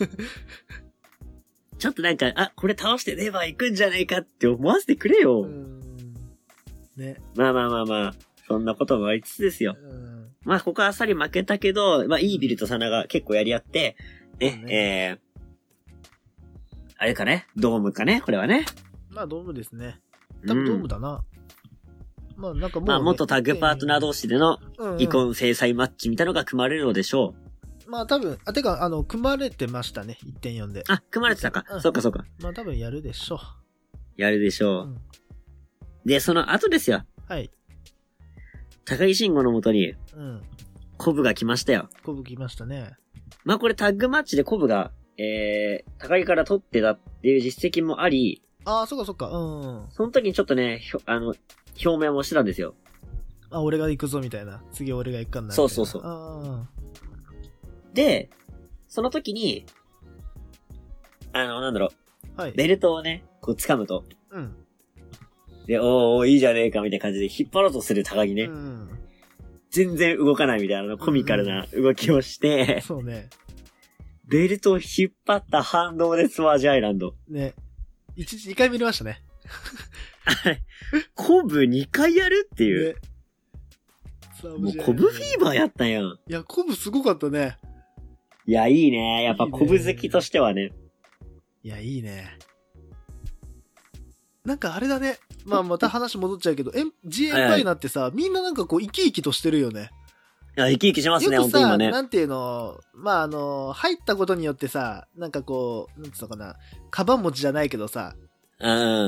ちょっとなんか、あ、これ倒してレバー行くんじゃねえかって思わせてくれよ。うんね。 まあまあまあまあ、そんなこともありつつですよ。うんまあ、ここはあっさり負けたけど、まあ、イービルとサナが結構やり合って、ね、ねえー、あれかね、ドームかね、これはね。 まあ、ドームですね。多分ドームだな。うん、まあ、なんかもう、ね、 まあ、元タッグパートナー同士での、遺恨制裁マッチみたいなのが組まれるのでしょう。 まあ多分、あ、てか、あの、組まれてましたね。いってんよん で。 あ、組まれてたか。うん、そっかそっか。 まあ多分やるでしょう。 やるでしょう。うん、で、その後ですよ。 はい。 高木慎吾のもとに、うん。コブが来ましたよ。 コブ来ましたね。 まあこれタッグマッチでコブが、えー、高木から取ってたっていう実績もあり。 ああ、そっかそっか。うん。 その時にちょっとね、ひょあの、表明もしてたんですよ。 あ、俺が行くぞみたいな。次俺が行くかんな。 そうそうそう。 あで、その時に、あの、なんだろう。はい。ベルトをね、こう掴むと。うん。で、おーおーいいじゃねえかみたいな感じで引っ張ろうとする高木ね。うん。全然動かないみたいなコミカルな動きをして、うん、 そうね。 ベルトを引っ張った反動でスワージアイランド。 ね。一時、二回見れましたね。 あれ、コブにかいやるっていう。ね、 もうコブフィーバーやったんやん。 いや、コブすごかったね。 いや、いいね。やっぱコブ好きとしてはね。 いや、いいね。なんかあれだね。まあまた話戻っちゃうけど、G エンパイナってさ、はいはい、みんななんかこう生き生きとしてるよね。 いや、生き生きしますね、本当に今ね。 なんていうの、まああの、入ったことによってさ、なんかこう、なんつうのかな、カバン持ちじゃないけどさ、 うん。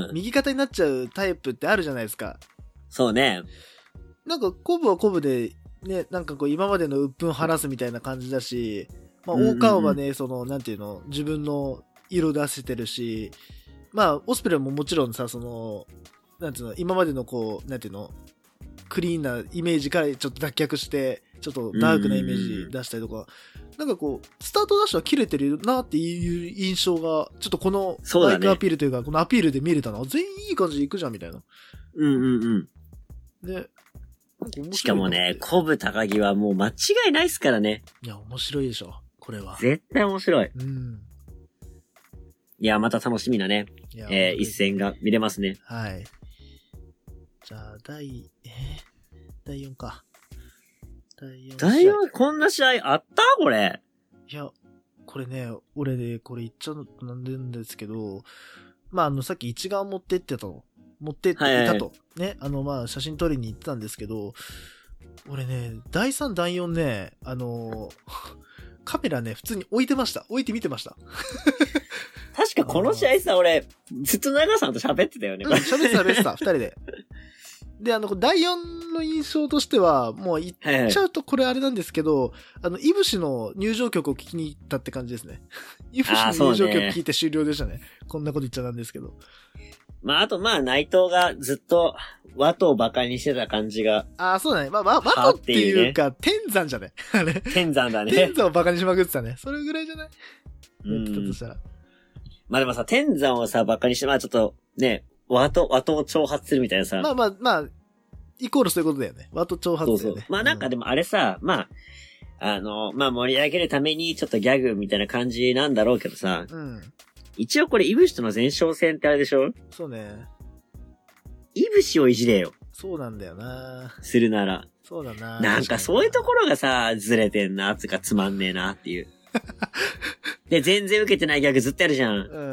右肩になっちゃうタイプってあるじゃないですか。 そうね。 なんか、コブはコブで、ね、なんかこう今までの鬱憤晴らすみたいな感じだし、まあ、大川はね、その、なんていうの、自分の色出せてるし、まあ、オスプレイももちろんさ、その、なんていうの、今までのこう、なんていうの、クリーンなイメージからちょっと脱却して、ちょっとダークなイメージ出したりとか、なんかこう、スタートダッシュは切れてるなっていう印象が、ちょっとこのバイクアピールというか、うね、このアピールで見れたの、全員いい感じでいくじゃんみたいな。 うんうんうん。 ね。 しかもね、コブ高木はもう間違いないっすからね。 いや、面白いでしょ、これは。 絶対面白い。 うん。 いや、また楽しみなね、えー、一戦が見れますね。 はい。じゃあ、第、えー、だいよんか。だいよん。 だいよん、こんな試合あったこれ。 いや、これね、俺で、これ言っちゃうのなんでんですけど、まあ、あの、さっき一眼持ってってたの。持ってっていたと。はいはい、ね。あの、まあ、写真撮りに行ってたんですけど、俺ね、だいさん、だいよんね、あの、カメラね、普通に置いてました。置いて見てました。 確かこの試合さ、俺、ずっと長さんと喋ってたよね。 うん、喋ってた、喋ってた、二人で。で、あの、だいよんの印象としては、もう言っちゃうとこれあれなんですけど、はいはい、あの、イブシの入場曲を聴きに行ったって感じですね。イブシの入場曲聴いて終了でしたね。こんなこと言っちゃなんですけど。 まあ、あと、まあ、内藤がずっと、ワトをバカにしてた感じが。 ああ、そうだね。まあ、ワトっていうか、天山じゃね。あれ。 天山だね。 天山をバカにしまくってたね。それぐらいじゃない？やってたとしたら。 まあでもさ、天山をさ、バカにして、まあちょっと、ね、ワト、ワトを挑発するみたいなさ。 まあまあまあ、イコールそういうことだよね。ワト挑発だよね。 そうそう。まあなんかでもあれさ、うん、まあ、あの、まあ盛り上げるためにちょっとギャグみたいな感じなんだろうけどさ。 うん。 一応これ、イブシとの前哨戦ってあれでしょ？ そうね。 イブシをいじれよ。 そうなんだよな。 するなら。 そうだな。 なんかそういうところがさ、ずれてんな、つかつまんねえなっていう。で、全然受けてないギャグずっとやるじゃん。 うん。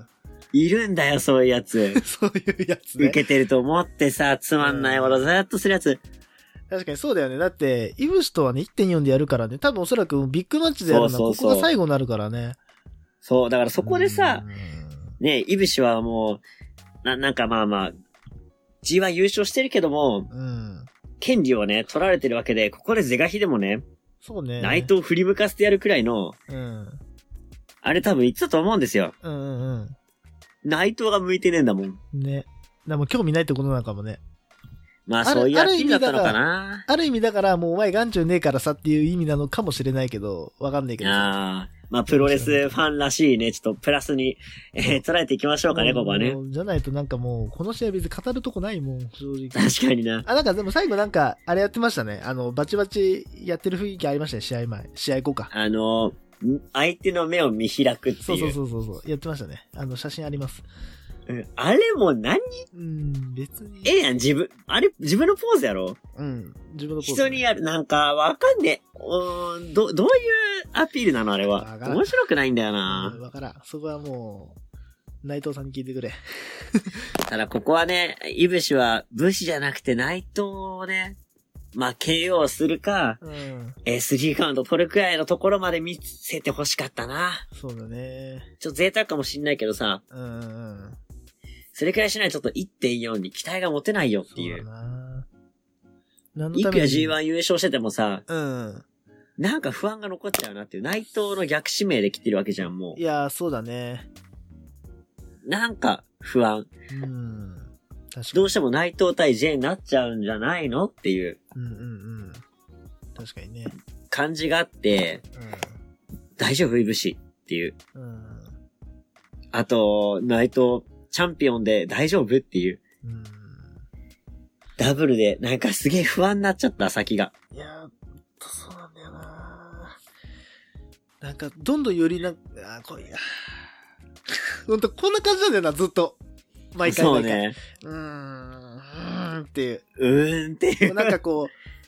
いるんだよ、そういうやつ。 そういうやつね。 受けてると思ってさ、つまんないことずっとするやつ。 確かにそうだよね。だって、イブシとはね、いってんよん でやるからね。多分おそらくビッグマッチでやるのはここが最後になるからね。 そう、だからそこでさ、ね、イブシはもう、な、なんかまあまあ、ジーワン 優勝してるけども、 うん、 権利をね、取られてるわけで、ここで是が非でもね、 そうね。 内藤を振り向かせてやるくらいの、 うん、 あれ多分言ってたと思うんですよ。 うんうんうん。 内藤が向いてねえんだもん。 ね。でも興味ないってことなのかもね。 まあそういうアピールだったのかな。 ある意味だから、もうお前眼中ねえからさっていう意味なのかもしれないけど、わかんないけど。 ああ。まあプロレスファンらしいね、ちょっとプラスに、えー、捉えていきましょうかね、ここはね。 じゃないとなんかもう、この試合別に語るとこないもん、正直。 確かにな。 あ、なんかでも最後なんか、あれやってましたね。あの、バチバチやってる雰囲気ありましたね、試合前。試合後か。 あの、相手の目を見開くっていう。 そうそうそうそう。やってましたね。あの、写真あります。 うん、あれも何うん、別に。 ええやん、自分、あれ、自分のポーズやろ？ うん、自分のポーズ、ね。 人にやる、なんか、わかんねえ。うーん、ど、どういうアピールなのあれは。面白くないんだよな。 わからん。そこはもう、内藤さんに聞いてくれ。 ただ、ここはね、イブシは武士じゃなくて内藤をね、まあ、ケーオー するか、うん、スリー カウント取るくらいのところまで見せて欲しかったな。 そうだね。 ちょっと贅沢かもしんないけどさ。 うんうん。 それくらいしないとちょっと いってんよん に期待が持てないよっていう。 そうだな。 いくら ジーワン 優勝しててもさ、 うん。 なんか不安が残っちゃうなっていう。内藤の逆指名で来てるわけじゃん、もう。 いやー、そうだね。 なんか不安。 うん。確かに。 どうしても内藤対 J になっちゃうんじゃないのっていう。 うんうんうん。確かにね。 感じがあって、うん、大丈夫いぶしっていう。うん。あと、内藤、チャンピオンで大丈夫っていう。うん。ダブルで、なんかすげえ不安になっちゃった、先が。 いやー、そうなんだよなー。なんか、どんどんよりなんか、あー、こういう、ほんと、こんな感じなんだよな、ずっと。毎回毎回。 そうね。 うーん、うーんっていう。 うーんっていう。 なんかこう、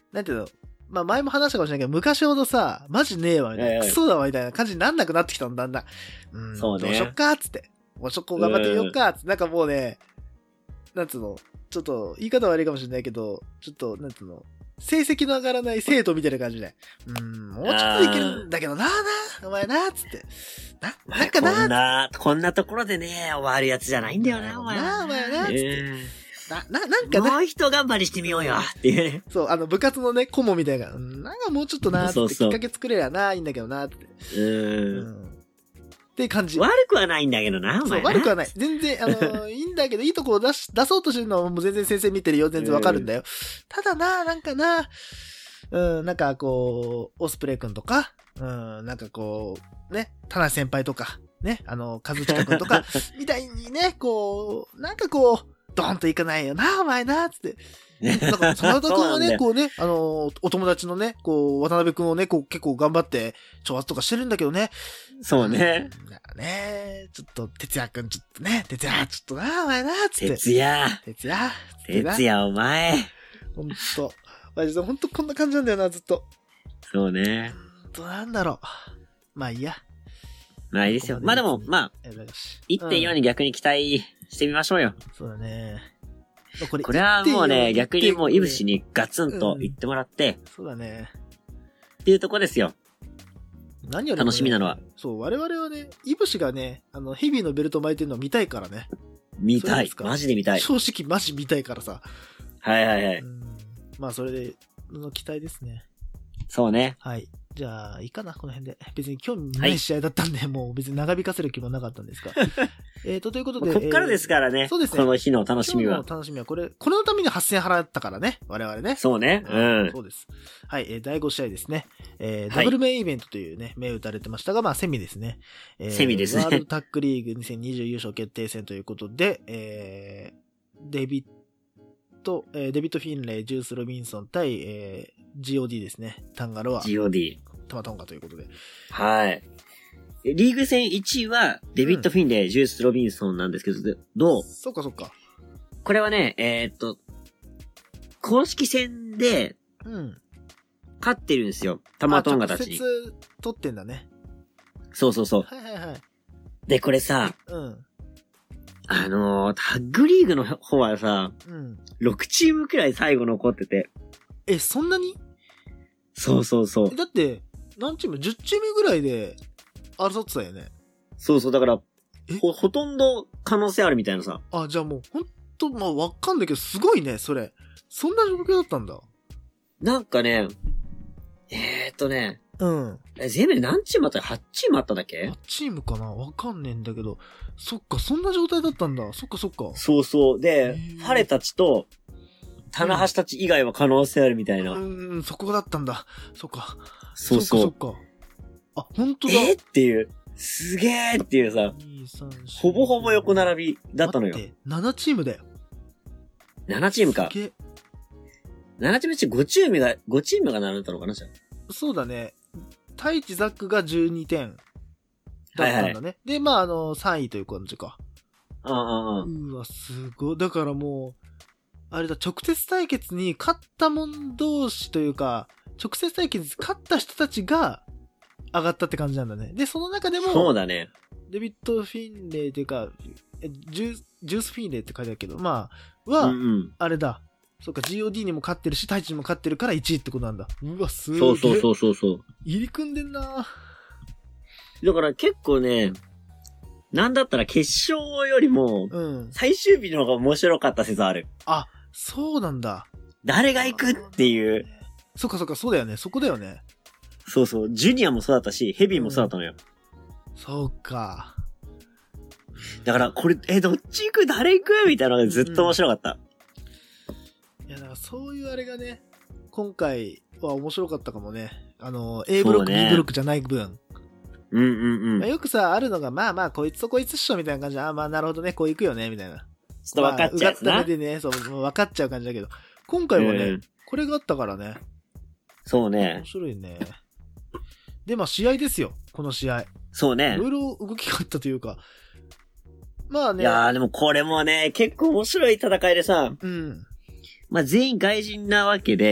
なんていうの、まあ前も話したかもしれないけど、昔ほどさ、マジねえわ、みたいな、 はいはいクソだわ、みたいな感じになんなくなってきたの、だんだん。うん、 そうねどうしよっか、つって。もうちょっと頑張ってみようか、つって。なんかもうね、なんつうの、ちょっと、言い方悪いかもしれないけど、ちょっと、なんつうの、成績の上がらない生徒みたいな感じで。うん、もうちょっといけるんだけどな、な、お前な、つって。な、なんかな、 こんな、こんなところでね、終わるやつじゃないんだよな、お前。 な、お前な、つって。 えな、な、なんーかな。 もう一頑張りしてみようよ、っていうね。 そう、あの、部活のね、顧問みたいな。うんなんかもうちょっとな、つって、 そうそうきっかけ作れりゃな、いいんだけどな、って。 う。 うんん。っていう感じ。 悪くはないんだけどな、おそう、 前な。 悪くはない。全然、あの、いいんだけど、いいとこを出し、出そうとしてるのはもう全然先生見てるよ。全然わかるんだよ。ただな、なんかな、うん、なんかこう、オスプレイ君とか、うん、なんかこう、ね、田無先輩とか、ね、あの、和親君とか、みたいにね、こう、なんかこう、ドーンといかないよな、お前な、つって。なんか、真田君はね、こうね、あの、お友達のね、こう、渡辺君をね、こう、結構頑張って、挑発とかしてるんだけどね。 そうね。 うん。なんかね、ちょっと、哲也君ちょっとね、哲也、ちょっとな、お前な、つって。 哲也。 哲也。 哲也、お前。 ほんと。マジで、ほんとこんな感じなんだよな、ずっと。 そうね。 ほんと、なんだろう。まあいいや。 まあいいですよ。まあでも、まあ、 えだしいってんよん に逆に期待してみましょうよ。 そうだね。まあこれこれはもうね、逆にもうイブシに。 にガツンと言ってもらって、 そうだね。 っていうとこですよ。 何よりもね楽しみなのは。 そう、我々はね、イブシがね、あの、ヘビーのベルト巻いてるの見たいからね。 見たいそうです。かマジで見たい。 正直マジ見たいからさ。 はいはいはい。 うんまあそれで、の期待ですね。 そうね。 はい。じゃあ、いいかな、この辺で。別に興味ない試合だったんで、もう別に長引かせる気もなかったんですが。えっと、ということで。 こっからですからね。 そうですねこの日の楽しみは今日。の楽しみはこれ、これのためにはっせんえん払ったからね。我々ね。 そうね。うんそ。うです。はい、えー、だいご試合ですね。えーはいダブルメインイベントというね、銘打たれてましたが、まあ、セミですね。えーセミですねワールドタッグリーグにせんにじゅう優勝決定戦ということで、えー、デビット、えーデビット・フィンレイ、ジュース・ロビンソン対、えー、ジーオーディー ですね。タンガロは、 ジーオーディー。 タマトンガということで。 はい。リーグ戦いちいは、デビッド・フィンレイ、ジュース・ロビンソンなんですけど、どうそっかそっか。 これはね、えーっと、公式戦でうん。 勝ってるんですよ。タマトンガたちに。 あ直接取ってんだね。 そうそうそう。 はいはいはい。 で、これさ、 うん。 あのー、タッグリーグの方はさ、 うん。 ろくチームくらい最後残ってて。 え、そんなにそうそうそうえ。だって、何チーム ?じゅう チームぐらいで争ってたよね。 そうそう、だからえ、 ほ、ほとんど可能性あるみたいなさ。 あ、じゃあもう、ほんと、まあ、わかんないけど、すごいね、それ。そんな状況だったんだ。 なんかね、えーっとね、 うん。 え全部で何チームあった ?はち チームあっただっけはちチームかなわかんねえんだけど。そっか、そんな状態だったんだ。そっかそっか。 そうそう。でへー、 ファレたちと、棚橋たち以外は可能性あるみたいな。 うん、うんそこだったんだ。そっか。 そうそう。 そっかそっか。あ、ほんとだ。 えーっていう。すげーっていうさ、 にさんよんほぼほぼ横並びだったのよ待。ってななチームだよ。 ななチームかす。げえななチーム中ごチームが、ごチームが並んだのかなじゃそうだね。太一ザックがじゅうにてんだったんだね。で、まあ、あの、さんいという感じか。 あ。ああ、ああ。 うわ、すごい。だからもう、あれだ、直接対決に勝った者同士というか、直接対決に勝った人たちが上がったって感じなんだね。で、その中でも、 そうだね。 デビッド・フィンレイというか、えジュージュース・フィンレイって書いてあるけど、まあ、は、 うんうん。 あれだ。そうか、ジーオーディー にも勝ってるし、太一にも勝ってるからいちいってことなんだ。うわ、すげえ。 そうそうそうそうそう。 入り組んでんなだから結構ね、なんだったら決勝よりも、 うん。 最終日の方が面白かった説ある。 あ、そうなんだ。 誰が行くっていう。 そっかそっか、そうだよね。そこだよね。 そうそう。ジュニアもそうだったし、ヘビーもそうだったのよ。 そうか。 だから、これ、え、どっち行く誰行くみたいなのがずっと面白かった。 いや、だからそういうあれがね、今回は面白かったかもね。あの、A ブロック、 そうね B ブロックじゃない分。 うんうんうん。 まあ、よくさ、あるのが、まあまあ、こいつとこいつっしょ、みたいな感じで、あまあ、なるほどね、こう行くよね、みたいな。 ちょっと分かっちゃうやつまあ、うな。 がった目でね、そう、もう分かっちゃう感じだけど、今回はね、 うんこれがあったからね、 そうね面。白いね。で、まあ、試合ですよ、この試合。 そうねい。ろいろ動きがあったというか。まあね。 いやーでもこれもね、結構面白い戦いでさ、 うん。 まあ全員外人なわけで、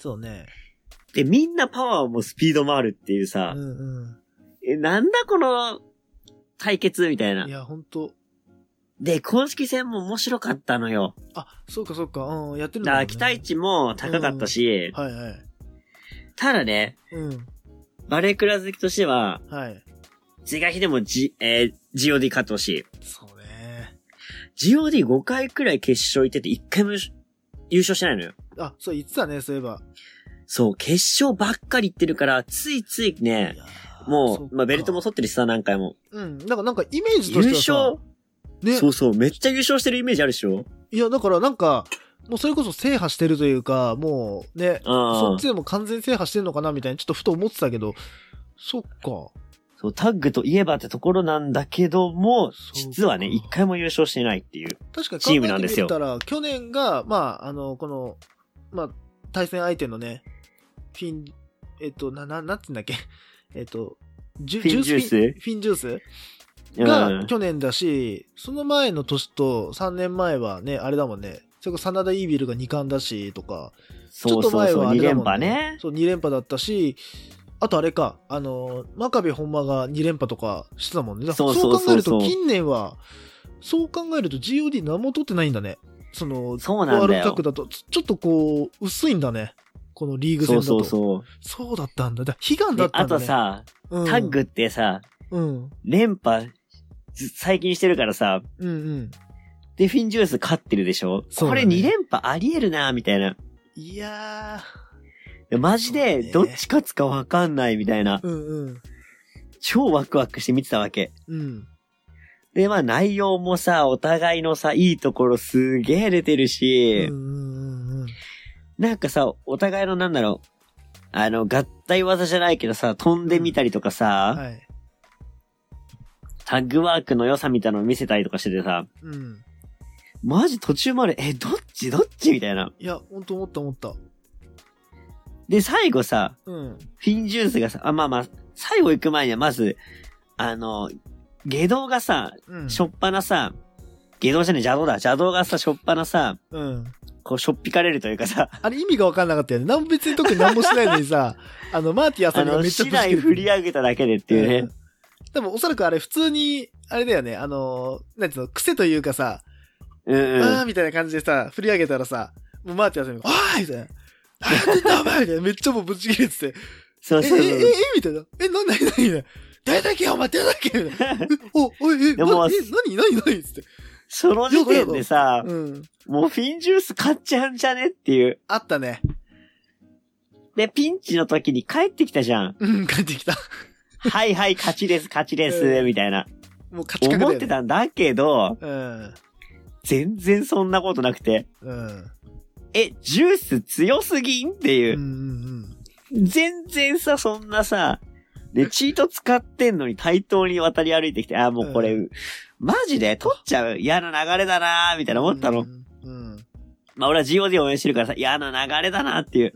そうね。 で、みんなパワーもスピードもあるっていうさ、 うんうん。 え、なんだこの対決みたいな。 いや、ほんと。 で、公式戦も面白かったのよ。 あ、そうかそうか、うん、やってるんだからだもんね。 期待値も高かったし、 はいはい。 ただね、 うん。 バレクラ好きとしては、 はい。 是が非でも G、えー、ジーオーディー 勝ってほしい。 そうね。 ジーオーディーご 回くらい決勝行ってていっかいも優勝してないのよ。 あ、そう言ってたね、そういえば。 そう、決勝ばっかり行ってるから、ついついね、もう、まあ、ベルトも取ってるしさ、何回も。 うん。だからなんかイメージとしてはさ、 優勝ね。そうそう、めっちゃ優勝してるイメージあるでしょ？ いや、だからなんか、もうそれこそ制覇してるというか、もうね、そっちでも完全制覇してるのかなみたいにちょっとふと思ってたけど、そっか。 そう、タッグといえばってところなんだけども、実はね、一回も優勝してないっていう確かにチームなんですよ。 考えてみたら、去年が、まあ、あの、この、まあ、対戦相手のね、フィン、えっと、な、な、なんつうんだっけ、えっと、 ジュフィンジュースフィンジュースが去年だし、うん、その前の年とさんねんまえはね、あれだもんね、それこそ真田イービルがに冠だし、とか、 そうそうそう、ちょっと前はあれだもんね。に連覇ね。 そう、に連覇だったし、あとあれか、あの、真壁本間がに連覇とかしてたもんね。そうそうそうそう。そう考えると近年は、そう考えると ジーオーディー 何も取ってないんだね。その、 そうなんだよ。ワールドタッグだと、ちょっとこう、薄いんだね。このリーグ戦だと。そうそうそう。そうだったんだ。だ悲願だったんだね。 あとさ、うん、タッグってさ、うん、連覇、最近してるからさ、うんうん。で、フィンジュース勝ってるでしょ、ね、これに連覇ありえるなみたいな。 いやー。マジで、どっち勝つかわかんないみたいな。うんうん。超ワクワクして見てたわけ。うん。で、まあ内容もさ、お互いのさ、いいところすげえ出てるし、うんうんうん。なんかさ、お互いのなんだろう、あの、合体技じゃないけどさ、飛んでみたりとかさ、うんはい、タッグワークの良さみたいなのを見せたりとかしててさ、うん。マジ途中まで、え、どっちどっちみたいな。 いや、ほんと思った思った。 で、最後さ、うん、フィンジュースがさ、あ、まあまあ、最後行く前にはまず、あの、下道がさ、うん、しょっぱなさ、下道じゃねえ、邪道だ。邪道がさ、しょっぱなさ、うん。こう、しょっぴかれるというかさ。 あれ意味がわかんなかったよね。なん別に特に何もしないのにさ、あの、マーティアさんがめっちゃぶつけて。振り上げただけでっていうね。うん、 でもおそらくあれ普通に、あれだよね、あの、なんていうの、癖というかさ、うんうん、あーみたいな感じでさ、振り上げたらさ、もうマーティアさんが、あーみたいな。あやってんだお前みたいな。めっちゃもうぶち切れてて。 そうそうそう。 え、え、え、え、みたいな。え、な、なになになに誰だっけお前誰だっけみたいな。お、おい、え、な、え、なになになにつって。 その時点でさ、うん、もうフィンジュース買っちゃうんじゃねっていう。 あったね。 で、ピンチの時に帰ってきたじゃん。 うん、帰ってきた。 はいはい、勝ちです、勝ちです、うん、みたいな。 もう勝ち確だよね。 思ってたんだけど、うん、全然そんなことなくて。うん、え、ジュース強すぎんっていう。うんうんうん、全然さ、そんなさ、で、チート使ってんのに対等に渡り歩いてきて、あ、もうこれ、うん、マジで取っちゃう嫌な流れだなーみたいな思ったの。うんうん、まあ俺は ジーオーディー を応援してるからさ、嫌な流れだなっていう。うん、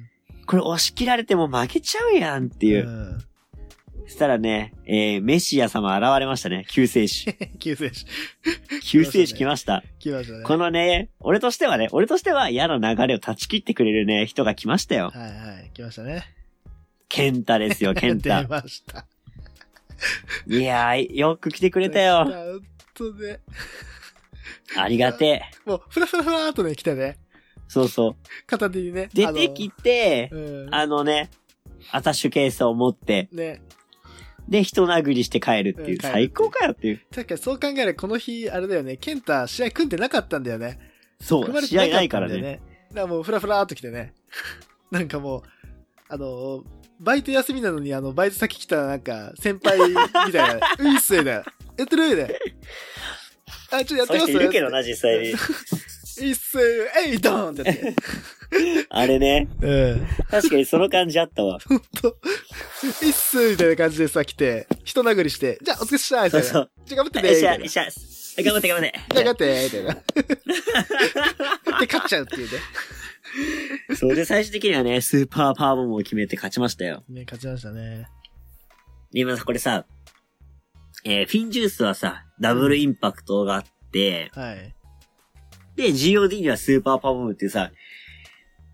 これ押し切られても負けちゃうやんっていう。うん、そしたらね、えー、メシア様現れましたね。救世主。 救世主。 救世主来ました。 来ましたね。 このね、俺としてはね、俺としては嫌な流れを断ち切ってくれるね、人が来ましたよ。 はいはい、来ましたね。 ケンタですよ、ケンタ。 出ました。 いやー、よく来てくれたよ。 本当ね。 ありがてえ。 もう、ふらふらふらーっとね、来たね。 そうそう。 片手にね。 出てきて、あの、うん、あのね、アタッシュケースを持って、ね。で、人殴りして帰るっていう、うん、最高かよっていう。 確かにそう考えればこの日、あれだよね、ケンタ試合組んでなかったんだよね。 そう、試合ないからね。 だからもう、ふらふらーっと来てね。なんかもう、あの、バイト休みなのに、あの、バイト先来たなんか、先輩みたいな、ういっすよね。やってるよね。あ、ちょっとやってますそういう人いるけどな、実際に。 いっすえいドーンってやって。 あれね。うん。確かにその感じあったわ。 ほんと。いっすみたいな感じでさ、来て、人殴りして、じゃあ、お疲れっしたみたいな。そうそう。じゃあ、頑張ってね。 しゃ、しゃ、頑張って頑張って。 じゃあ、頑張って、みたいな。で、勝っちゃうっていうね。 それで最終的にはね、スーパーパワーボムを決めて勝ちましたよ。 ね、勝ちましたね。 今さ、これさ、えー、フィンジュースはさ、ダブルインパクトがあって、うん、はい。で、ジーオーディー にはスーパーパワーボムっていうさ、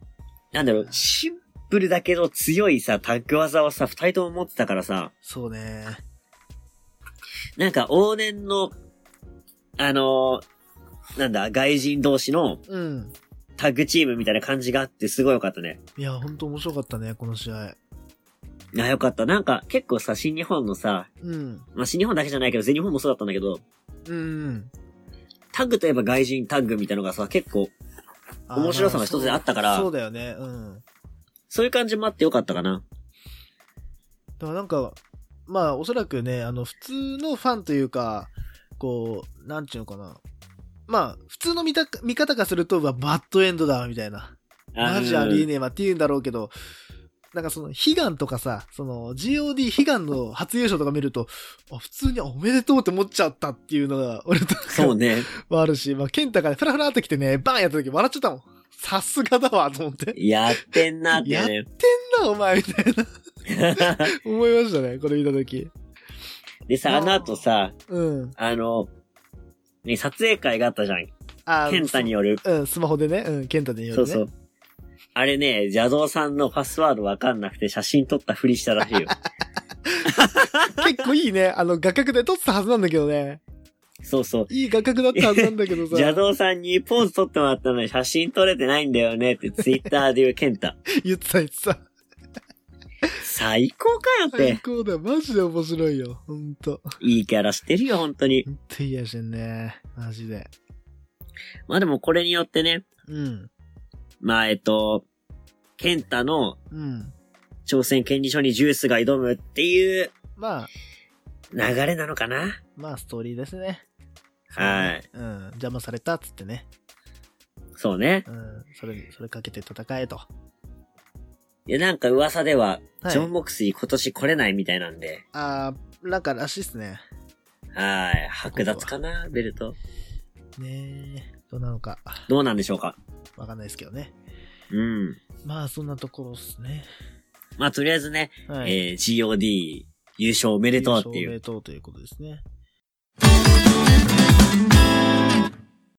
なんだろう、シンプルだけど強いさ、タッグ技をさ、二人とも持ってたからさ。 そうね。 なんか往年の、あのー、なんだ、外人同士の、 うん。 タッグチームみたいな感じがあってすごい良かったね。 いや、ほんと面白かったね、この試合。 あ、よかった。なんか結構さ、新日本のさ、 うん。 まあ、新日本だけじゃないけど、全日本もそうだったんだけど、 うん。 タッグといえば外人タッグみたいなのがさ、結構、面白さの一つであったから、 そうだよね、うん。 そういう感じもあってよかったかな。 だからなんか、まあ、おそらくね、あの、普通のファンというか、こう、なんちゅうのかな。まあ、普通の見た、見方がすると、バッドエンドだ、みたいな。マジありえねえわって言うんだろうけど、なんかその、悲願とかさ、その、ジーオーディー 悲願の初優勝とか見ると、あ、普通におめでとうって思っちゃったっていうのが、俺とかそうね。 はあるし、まあ、ケンタがフラフラって来てね、バーンやった時笑っちゃったもん。さすがだわ、と思って。 やってんなってね。 やってんな、お前、みたいな。思いましたね、これ見た時。 でさ、あの後さ、 うん。 あの、ね、撮影会があったじゃん。 あ、 ケンタによる。 うん、スマホでね、うん、ケンタによるね。 そうそう。あれね、邪道さんのパスワードわかんなくて写真撮ったふりしたらしいよ。 結構いいね。あの、画角で撮ってたはずなんだけどね。 そうそう。 いい画角だったはずなんだけどさ。 邪道さんにポーズ撮ってもらったのに写真撮れてないんだよねってツイッターで言うケンタ。 言ってた言ってた。 最高かよって。 最高だよ。マジで面白いよ。ほんと。 いいキャラしてるよ、ほんとに。 ほんといいやしてんね。マジで。 まあでもこれによってね。 うん。 まあえっと、ケンタの、 うん。 挑戦権利書にジュースが挑むっていう、 まあ、 流れなのかな。 まあ、ストーリーですね。 はい。 うん。邪魔されたっつってね。 そうね。 うん。それ、それかけて戦えと。 いや、なんか噂では、 はい、 ジョン・モクスリー今年来れないみたいなんで。 あー、なんからしいっすね。 はい。剥奪かな、ベルト。 ねえ、どうなのか。 どうなんでしょうか。 わかんないですけどね。 うん。 まあ、そんなところっすね。 まあ、とりあえずね、 はい、 えー、ジーオーディー 優勝おめでとうっていう。 優勝おめでとうということですね。